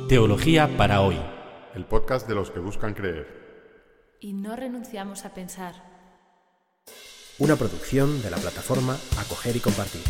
Teología para hoy. El podcast de los que buscan creer. Y no renunciamos a pensar. Una producción de la plataforma Acoger y Compartir.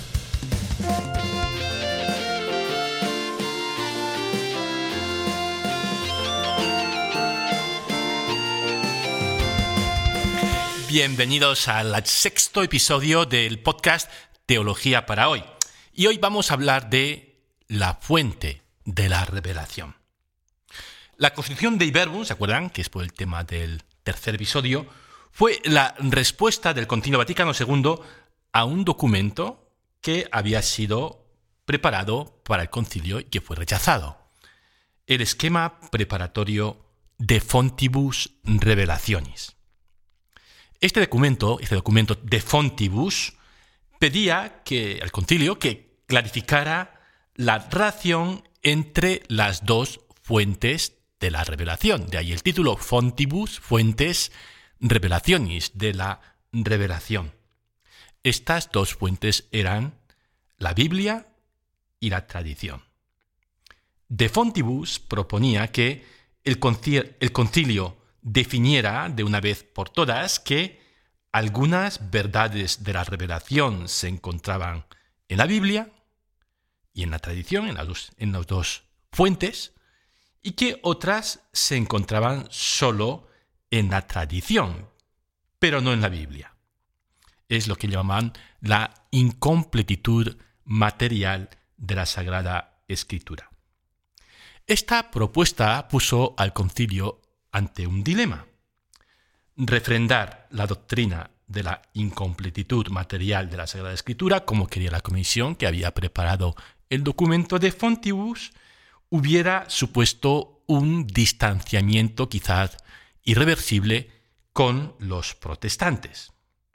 Bienvenidos al sexto episodio del podcast Teología para hoy. Y hoy vamos a hablar de la fuente de la revelación. La Constitución Dei Verbum, ¿se acuerdan? Que es por el tema del tercer episodio, fue la respuesta del Concilio Vaticano II a un documento que había sido preparado para el concilio y que fue rechazado. El esquema preparatorio De Fontibus Revelationis. Este documento De Fontibus pedía al concilio que clarificara la relación entre las dos fuentes de la revelación. De ahí el título Fontibus, fuentes revelationis, de la revelación. Estas dos fuentes eran la Biblia y la tradición. De Fontibus proponía que el concilio definiera de una vez por todas que algunas verdades de la revelación se encontraban en la Biblia y en la tradición, en las dos fuentes, y que otras se encontraban solo en la tradición, pero no en la Biblia. Es lo que llamaban la incompletitud material de la Sagrada Escritura. Esta propuesta puso al concilio ante un dilema: refrendar la doctrina de la incompletitud material de la Sagrada Escritura, como quería la comisión que había preparado el documento de Fontibus, hubiera supuesto un distanciamiento quizás irreversible con los protestantes.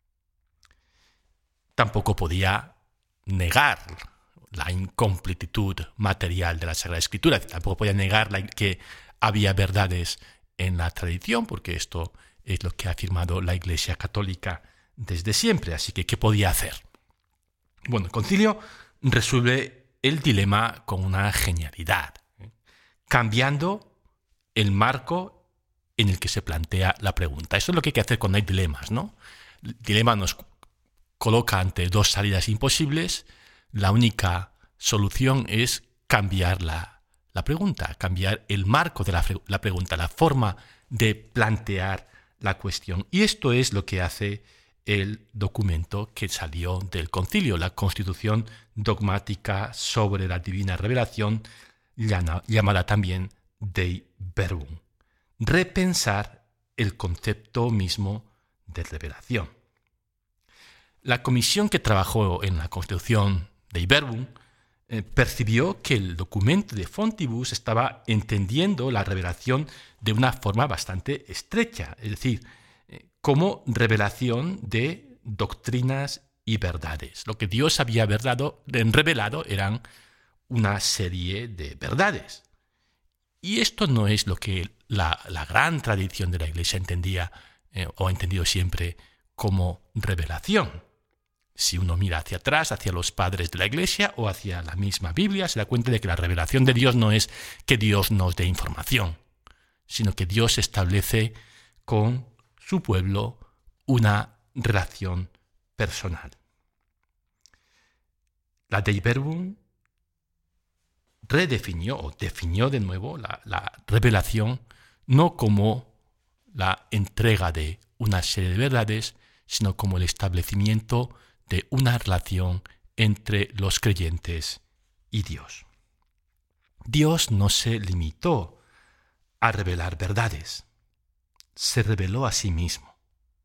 Tampoco podía negar la incompletitud material de la Sagrada Escritura, tampoco podía negar que había verdades en la tradición, porque esto es lo que ha afirmado la Iglesia Católica desde siempre. Así que, ¿qué podía hacer? Bueno, el concilio resuelve el dilema con una genialidad, cambiando el marco en el que se plantea la pregunta. Eso es lo que hay que hacer cuando hay dilemas, ¿no? El dilema nos coloca ante dos salidas imposibles. La única solución es cambiar la pregunta, cambiar el marco de la pregunta, la forma de plantear la cuestión. Y esto es lo que hace el documento que salió del concilio, la Constitución Dogmática sobre la Divina Revelación, llamada también Dei Verbum. Repensar el concepto mismo de revelación. La comisión que trabajó en la Constitución Dei Verbum percibió que el documento de Fontibus estaba entendiendo la revelación de una forma bastante estrecha, es decir, como revelación de doctrinas y verdades. Lo que Dios había revelado eran una serie de verdades. Y esto no es lo que la gran tradición de la Iglesia entendía o ha entendido siempre como revelación. Si uno mira hacia atrás, hacia los padres de la Iglesia o hacia la misma Biblia, se da cuenta de que la revelación de Dios no es que Dios nos dé información, sino que Dios establece con su pueblo una relación personal. La Dei Verbum definió de nuevo la revelación no como la entrega de una serie de verdades, sino como el establecimiento de una relación entre los creyentes y Dios. Dios no se limitó a revelar verdades, se reveló a sí mismo.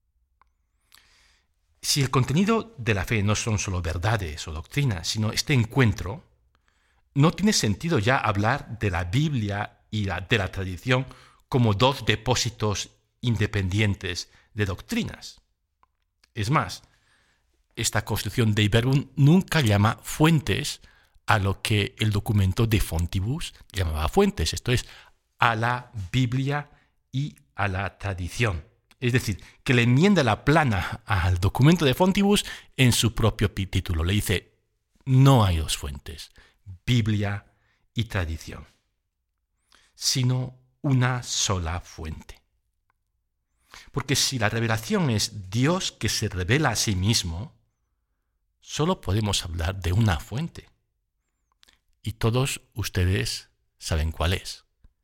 Si el contenido de la fe no son solo verdades o doctrinas, sino este encuentro, no tiene sentido ya hablar de la Biblia y de la tradición como dos depósitos independientes de doctrinas. Es más, esta Constitución Dei Verbum nunca llama fuentes a lo que el documento de Fontibus llamaba fuentes, esto es, a la Biblia y a la tradición. Es decir, que le enmienda la plana al documento de Fontibus en su propio título. Le dice, no hay dos fuentes, Biblia y tradición. sino una sola fuente. Porque si la revelación es Dios que se revela a sí mismo, solo podemos hablar de una fuente. Y todos ustedes saben cuál es.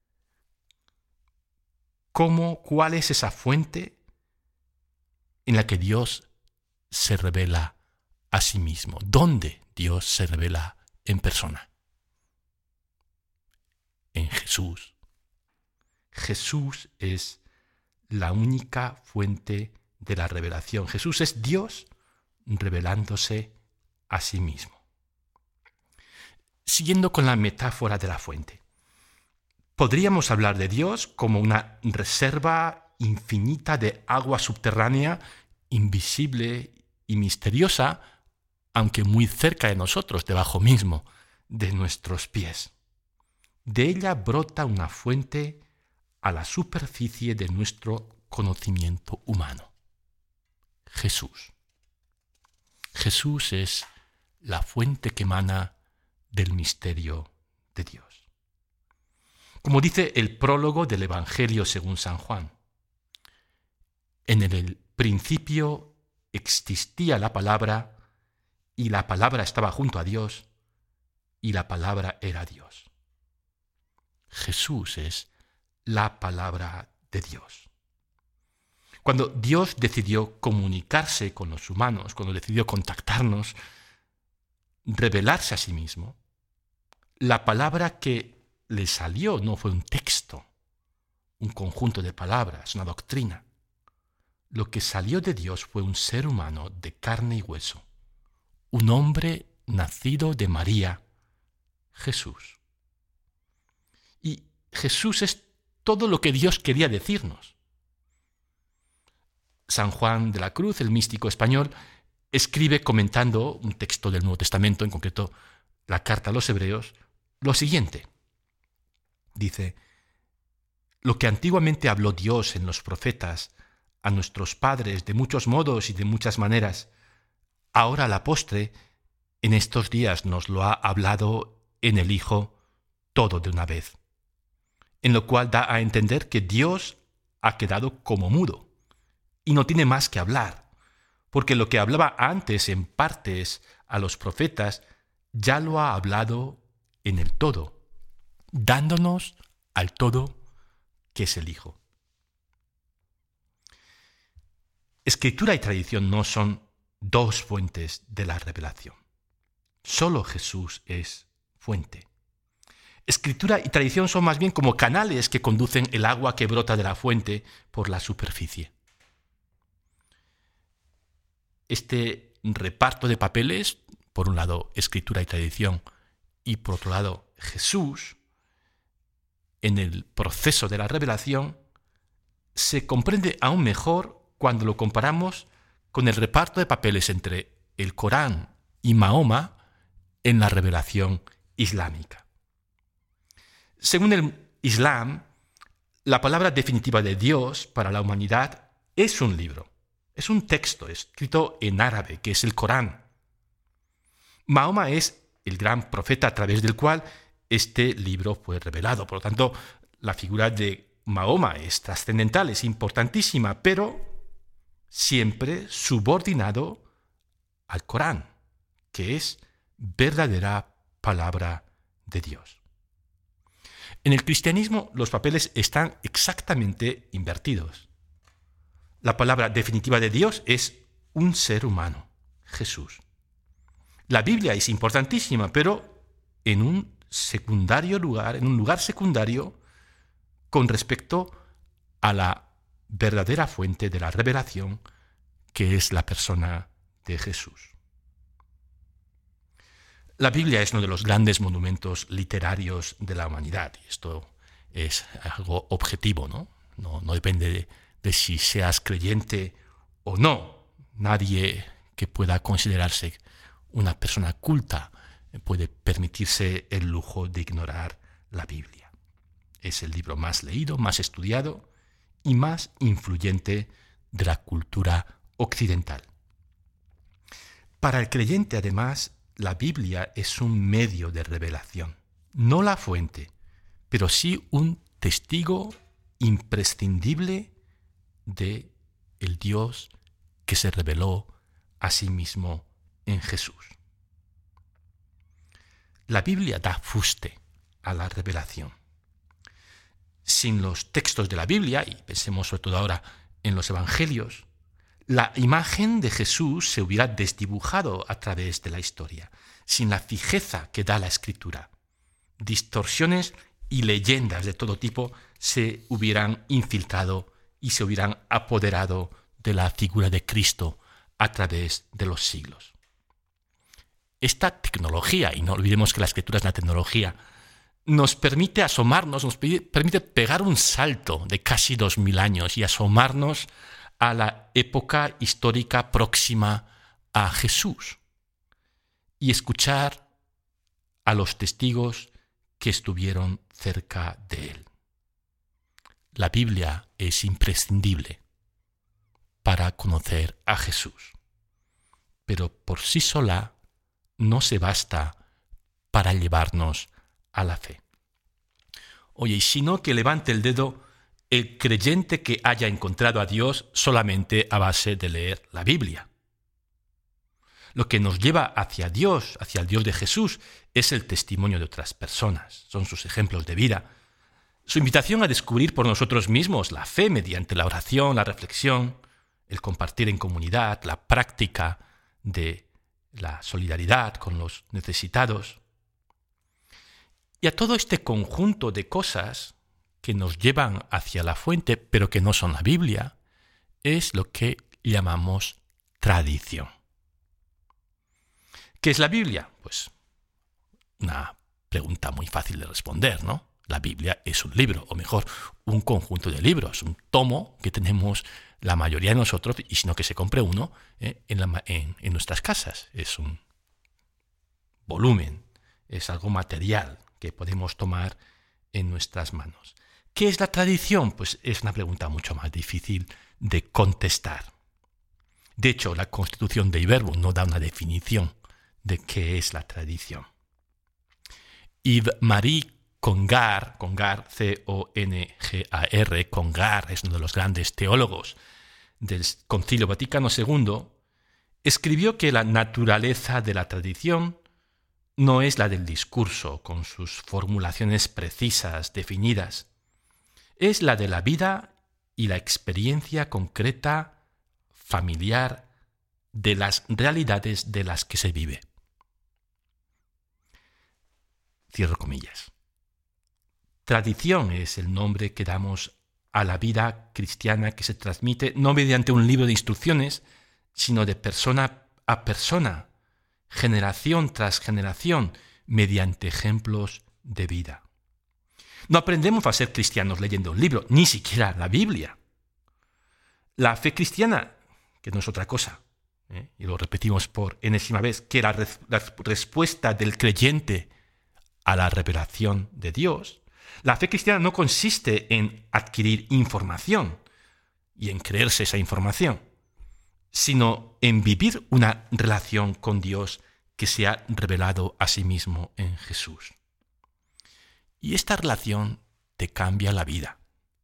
¿Cuál es esa fuente en la que Dios se revela a sí mismo? ¿Dónde Dios se revela en persona? En Jesús. Jesús es la única fuente de la revelación. Jesús es Dios revelándose a sí mismo. Siguiendo con la metáfora de la fuente, podríamos hablar de Dios como una reserva infinita de agua subterránea, invisible y misteriosa, aunque muy cerca de nosotros, debajo mismo de nuestros pies. De ella brota una fuente a la superficie de nuestro conocimiento humano. Jesús. Jesús es la fuente que emana del misterio de Dios. Como dice el prólogo del Evangelio según San Juan, en el principio existía la palabra, y la palabra estaba junto a Dios, y la palabra era Dios. Jesús es la palabra de Dios. Cuando Dios decidió comunicarse con los humanos, cuando decidió contactarnos, revelarse a sí mismo, la palabra que le salió no fue un texto, un conjunto de palabras, una doctrina. Lo que salió de Dios fue un ser humano de carne y hueso, un hombre nacido de María, Jesús. Y Jesús es todo lo que Dios quería decirnos. San Juan de la Cruz, el místico español, escribe comentando un texto del Nuevo Testamento, en concreto la carta a los Hebreos, lo siguiente. Dice: lo que antiguamente habló Dios en los profetas a nuestros padres de muchos modos y de muchas maneras, ahora a la postre, en estos días nos lo ha hablado en el Hijo todo de una vez, en lo cual da a entender que Dios ha quedado como mudo y no tiene más que hablar, porque lo que hablaba antes en partes a los profetas ya lo ha hablado en el todo, dándonos al todo que es el Hijo. Escritura y tradición no son dos fuentes de la revelación. Solo Jesús es fuente. Escritura y tradición son más bien como canales que conducen el agua que brota de la fuente por la superficie. Este reparto de papeles, por un lado escritura y tradición, y por otro lado Jesús, en el proceso de la revelación, se comprende aún mejor cuando lo comparamos con el reparto de papeles entre el Corán y Mahoma en la revelación islámica. Según el Islam, la palabra definitiva de Dios para la humanidad es un libro, es un texto escrito en árabe, que es el Corán. Mahoma es el gran profeta a través del cual este libro fue revelado. Por lo tanto, la figura de Mahoma es trascendental, es importantísima, pero siempre subordinado al Corán, que es verdadera palabra de Dios. En el cristianismo los papeles están exactamente invertidos. La palabra definitiva de Dios es un ser humano, Jesús. La Biblia es importantísima, pero en un lugar secundario con respecto a la verdadera fuente de la revelación, que es la persona de Jesús. La Biblia es uno de los grandes monumentos literarios de la humanidad, y esto es algo objetivo, ¿no? No depende de si seas creyente o no. Nadie que pueda considerarse una persona culta puede permitirse el lujo de ignorar la Biblia. Es el libro más leído, más estudiado y más influyente de la cultura occidental. Para el creyente, además, la Biblia es un medio de revelación, no la fuente, pero sí un testigo imprescindible de el Dios que se reveló a sí mismo en Jesús. La Biblia da fuste a la revelación. Sin los textos de la Biblia, y pensemos sobre todo ahora en los Evangelios, la imagen de Jesús se hubiera desdibujado a través de la historia, sin la fijeza que da la Escritura. Distorsiones y leyendas de todo tipo se hubieran infiltrado y se hubieran apoderado de la figura de Cristo a través de los siglos. Esta tecnología, y no olvidemos que la Escritura es una tecnología, nos permite asomarnos, nos permite pegar un salto de casi 2000 años y asomarnos a la época histórica próxima a Jesús y escuchar a los testigos que estuvieron cerca de él. La Biblia es imprescindible para conocer a Jesús, pero por sí sola no se basta para llevarnos a la fe. Oye, y si no, que levante el dedo el creyente que haya encontrado a Dios solamente a base de leer la Biblia. Lo que nos lleva hacia Dios, hacia el Dios de Jesús, es el testimonio de otras personas, son sus ejemplos de vida, su invitación a descubrir por nosotros mismos la fe mediante la oración, la reflexión, el compartir en comunidad, la práctica de la solidaridad con los necesitados. Y a todo este conjunto de cosas que nos llevan hacia la fuente, pero que no son la Biblia, es lo que llamamos tradición. ¿Qué es la Biblia? Pues una pregunta muy fácil de responder, ¿no? La Biblia es un libro, o mejor, un conjunto de libros, un tomo que tenemos la mayoría de nosotros, y si no que se compre uno en nuestras casas. Es un volumen, es algo material que podemos tomar en nuestras manos. ¿Qué es la tradición? Pues es una pregunta mucho más difícil de contestar. De hecho, la Constitución de Iberville no da una definición de qué es la tradición. Yves-Marie Congar, C-O-N-G-A-R, Congar es uno de los grandes teólogos del Concilio Vaticano II, escribió que la naturaleza de la tradición no es la del discurso, con sus formulaciones precisas, definidas. Es la de la vida y la experiencia concreta, familiar, de las realidades de las que se vive. Cierro comillas. Tradición es el nombre que damos a la vida cristiana que se transmite no mediante un libro de instrucciones, sino de persona a persona, generación tras generación, mediante ejemplos de vida. No aprendemos a ser cristianos leyendo un libro, ni siquiera la Biblia. La fe cristiana, que no es otra cosa, y lo repetimos por enésima vez, que la respuesta del creyente a la revelación de Dios, la fe cristiana no consiste en adquirir información y en creerse esa información, sino en vivir una relación con Dios que se ha revelado a sí mismo en Jesús. Y esta relación te cambia la vida.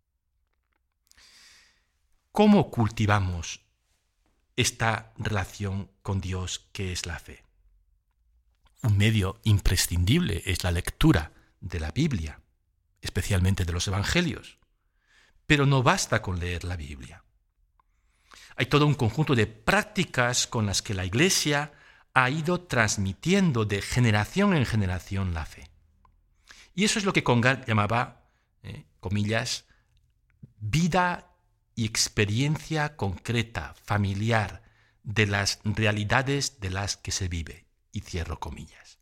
¿Cómo cultivamos esta relación con Dios que es la fe? Un medio imprescindible es la lectura de la Biblia, especialmente de los Evangelios. Pero no basta con leer la Biblia. Hay todo un conjunto de prácticas con las que la Iglesia ha ido transmitiendo de generación en generación la fe. Y eso es lo que Congar llamaba, comillas, vida y experiencia concreta, familiar, de las realidades de las que se vive. Y cierro comillas.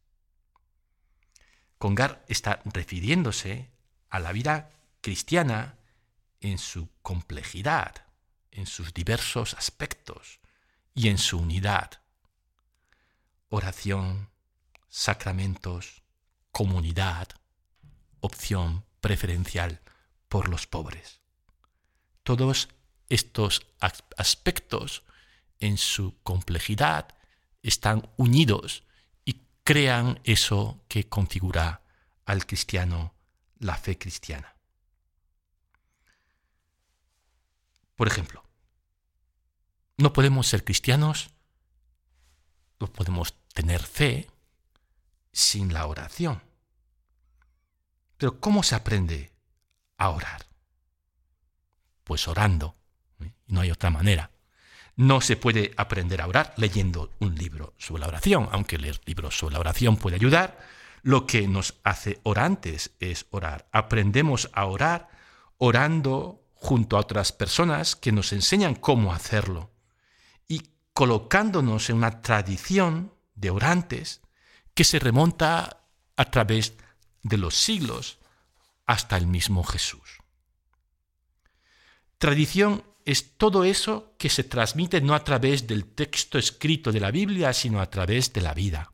Congar está refiriéndose a la vida cristiana en su complejidad, en sus diversos aspectos y en su unidad. Oración, sacramentos, comunidad, opción preferencial por los pobres. Todos estos aspectos en su complejidad están unidos y crean eso que configura al cristiano, la fe cristiana. Por ejemplo, no podemos ser cristianos, no podemos tener fe sin la oración. Pero ¿cómo se aprende a orar? Pues orando. No hay otra manera. No se puede aprender a orar leyendo un libro sobre la oración, aunque leer libros sobre la oración puede ayudar. Lo que nos hace orantes es orar. Aprendemos a orar orando junto a otras personas que nos enseñan cómo hacerlo y colocándonos en una tradición de orantes que se remonta a través de los siglos hasta el mismo Jesús. Tradición es todo eso que se transmite no a través del texto escrito de la Biblia, sino a través de la vida.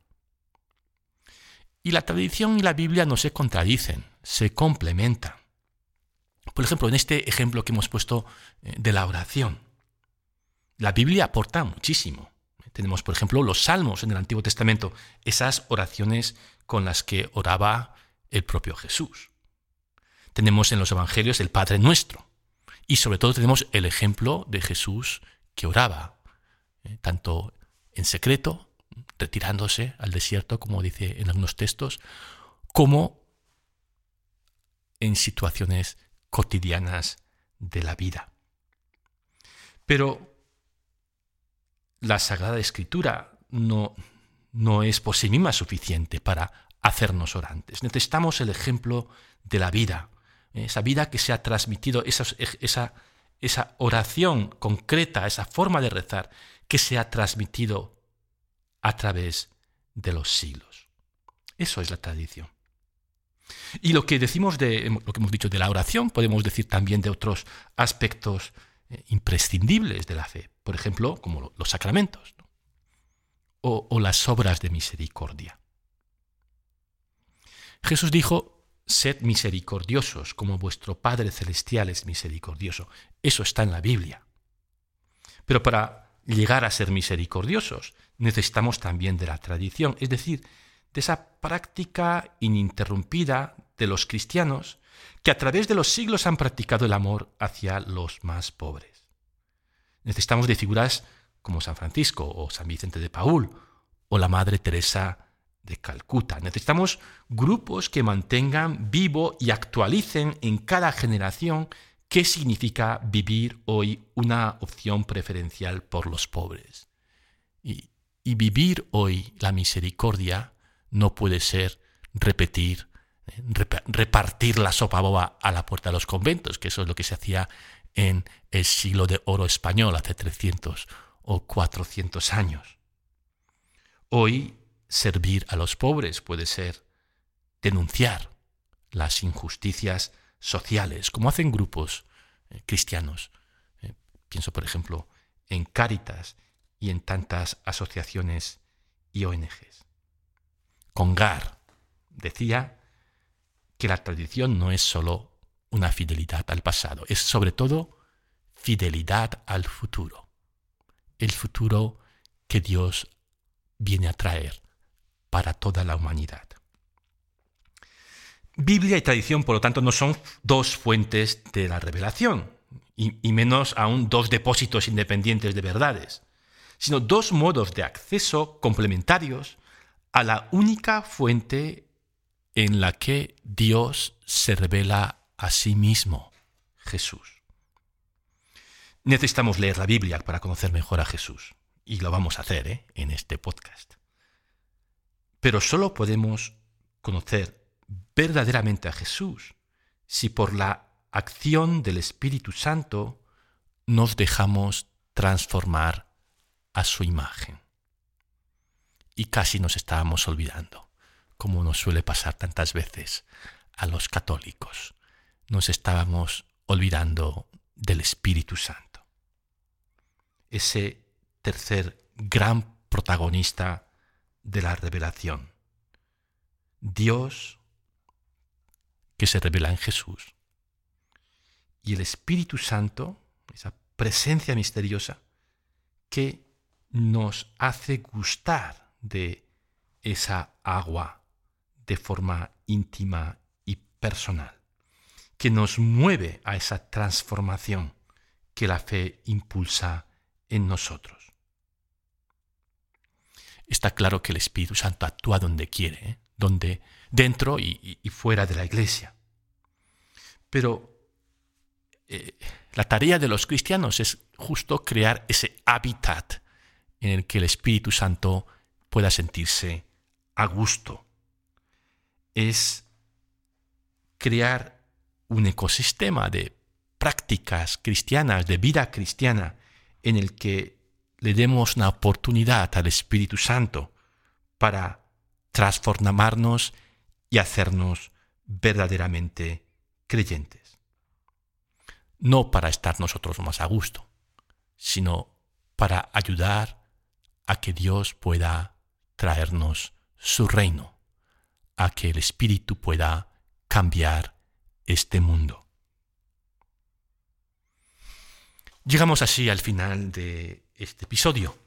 Y la tradición y la Biblia no se contradicen, se complementan. Por ejemplo, en este ejemplo que hemos puesto de la oración, la Biblia aporta muchísimo. Tenemos, por ejemplo, los Salmos en el Antiguo Testamento, esas oraciones con las que oraba el propio Jesús. Tenemos en los Evangelios el Padre Nuestro. Y sobre todo tenemos el ejemplo de Jesús que oraba, tanto en secreto, retirándose al desierto, como dice en algunos textos, como en situaciones cotidianas de la vida. Pero la Sagrada Escritura no es por sí misma suficiente para hacernos orantes. Necesitamos el ejemplo de la vida, esa vida que se ha transmitido, esa oración concreta, esa forma de rezar que se ha transmitido a través de los siglos. Eso es la tradición. Y lo que decimos lo que hemos dicho de la oración, podemos decir también de otros aspectos imprescindibles de la fe, por ejemplo, como los sacramentos, ¿no? o las obras de misericordia. Jesús dijo: sed misericordiosos, como vuestro Padre Celestial es misericordioso. Eso está en la Biblia. Pero para llegar a ser misericordiosos, necesitamos también de la tradición, es decir, de esa práctica ininterrumpida de los cristianos que a través de los siglos han practicado el amor hacia los más pobres. Necesitamos de figuras como San Francisco o San Vicente de Paúl o la Madre Teresa de Calcuta. Necesitamos grupos que mantengan vivo y actualicen en cada generación qué significa vivir hoy una opción preferencial por los pobres. Y vivir hoy la misericordia no puede ser repartir la sopa boba a la puerta de los conventos, que eso es lo que se hacía en el siglo de oro español hace 300 o 400 años. Hoy servir a los pobres puede ser denunciar las injusticias sociales, como hacen grupos cristianos. Pienso, por ejemplo, en Cáritas y en tantas asociaciones y ONGs. Congar decía que la tradición no es solo una fidelidad al pasado, es sobre todo fidelidad al futuro. El futuro que Dios viene a traer para toda la humanidad. Biblia y tradición, por lo tanto, no son dos fuentes de la revelación, y menos aún dos depósitos independientes de verdades, sino dos modos de acceso complementarios a la única fuente en la que Dios se revela a sí mismo, Jesús. Necesitamos leer la Biblia para conocer mejor a Jesús, y lo vamos a hacer en este podcast. Pero solo podemos conocer verdaderamente a Jesús si por la acción del Espíritu Santo nos dejamos transformar a su imagen. Y casi nos estábamos olvidando, como nos suele pasar tantas veces a los católicos. Nos estábamos olvidando del Espíritu Santo. Ese tercer gran protagonista de la revelación. Dios que se revela en Jesús. Y el Espíritu Santo, esa presencia misteriosa que nos hace gustar de esa agua de forma íntima y personal, que nos mueve a esa transformación que la fe impulsa en nosotros. Está claro que el Espíritu Santo actúa donde quiere, donde dentro y fuera de la Iglesia. Pero la tarea de los cristianos es justo crear ese hábitat en el que el Espíritu Santo pueda sentirse a gusto. Es crear un ecosistema de prácticas cristianas, de vida cristiana, en el que le demos una oportunidad al Espíritu Santo para transformarnos y hacernos verdaderamente creyentes. No para estar nosotros más a gusto, sino para ayudar a que Dios pueda traernos su reino, a que el Espíritu pueda cambiar este mundo. Llegamos así al final de este episodio.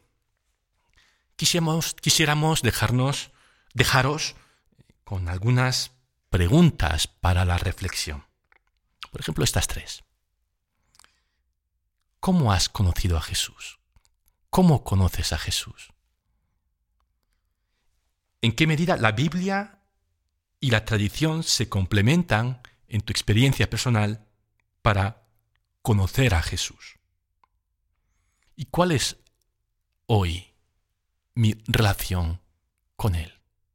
Quisiéramos dejaros con algunas preguntas para la reflexión. Por ejemplo, estas 3. ¿Cómo has conocido a Jesús? ¿Cómo conoces a Jesús? ¿En qué medida la Biblia y la tradición se complementan en tu experiencia personal para conocer a Jesús? ¿Y cuál es hoy mi relación con Él?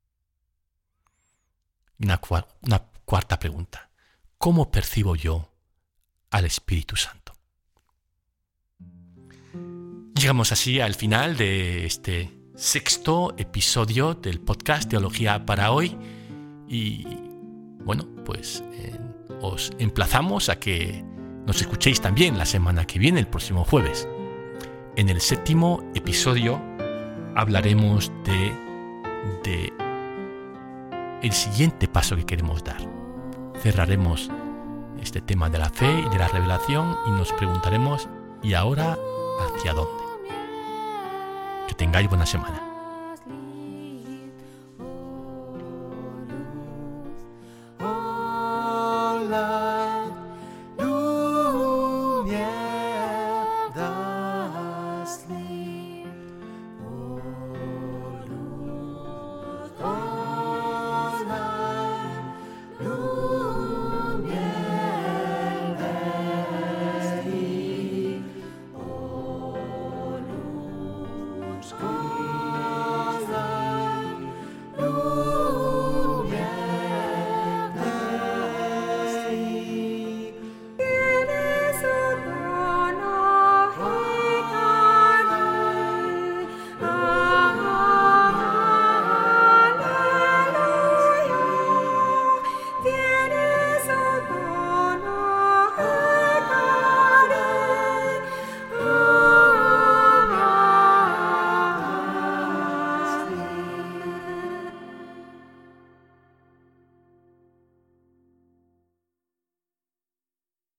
Una cuarta pregunta. ¿Cómo percibo yo al Espíritu Santo? Llegamos así al final de este 6º episodio del podcast Teología para Hoy. Y bueno, pues os emplazamos a que nos escuchéis también la semana que viene, el próximo jueves. En el 7º episodio hablaremos de el siguiente paso que queremos dar. Cerraremos este tema de la fe y de la revelación y nos preguntaremos, ¿y ahora hacia dónde? Que tengáis buena semana.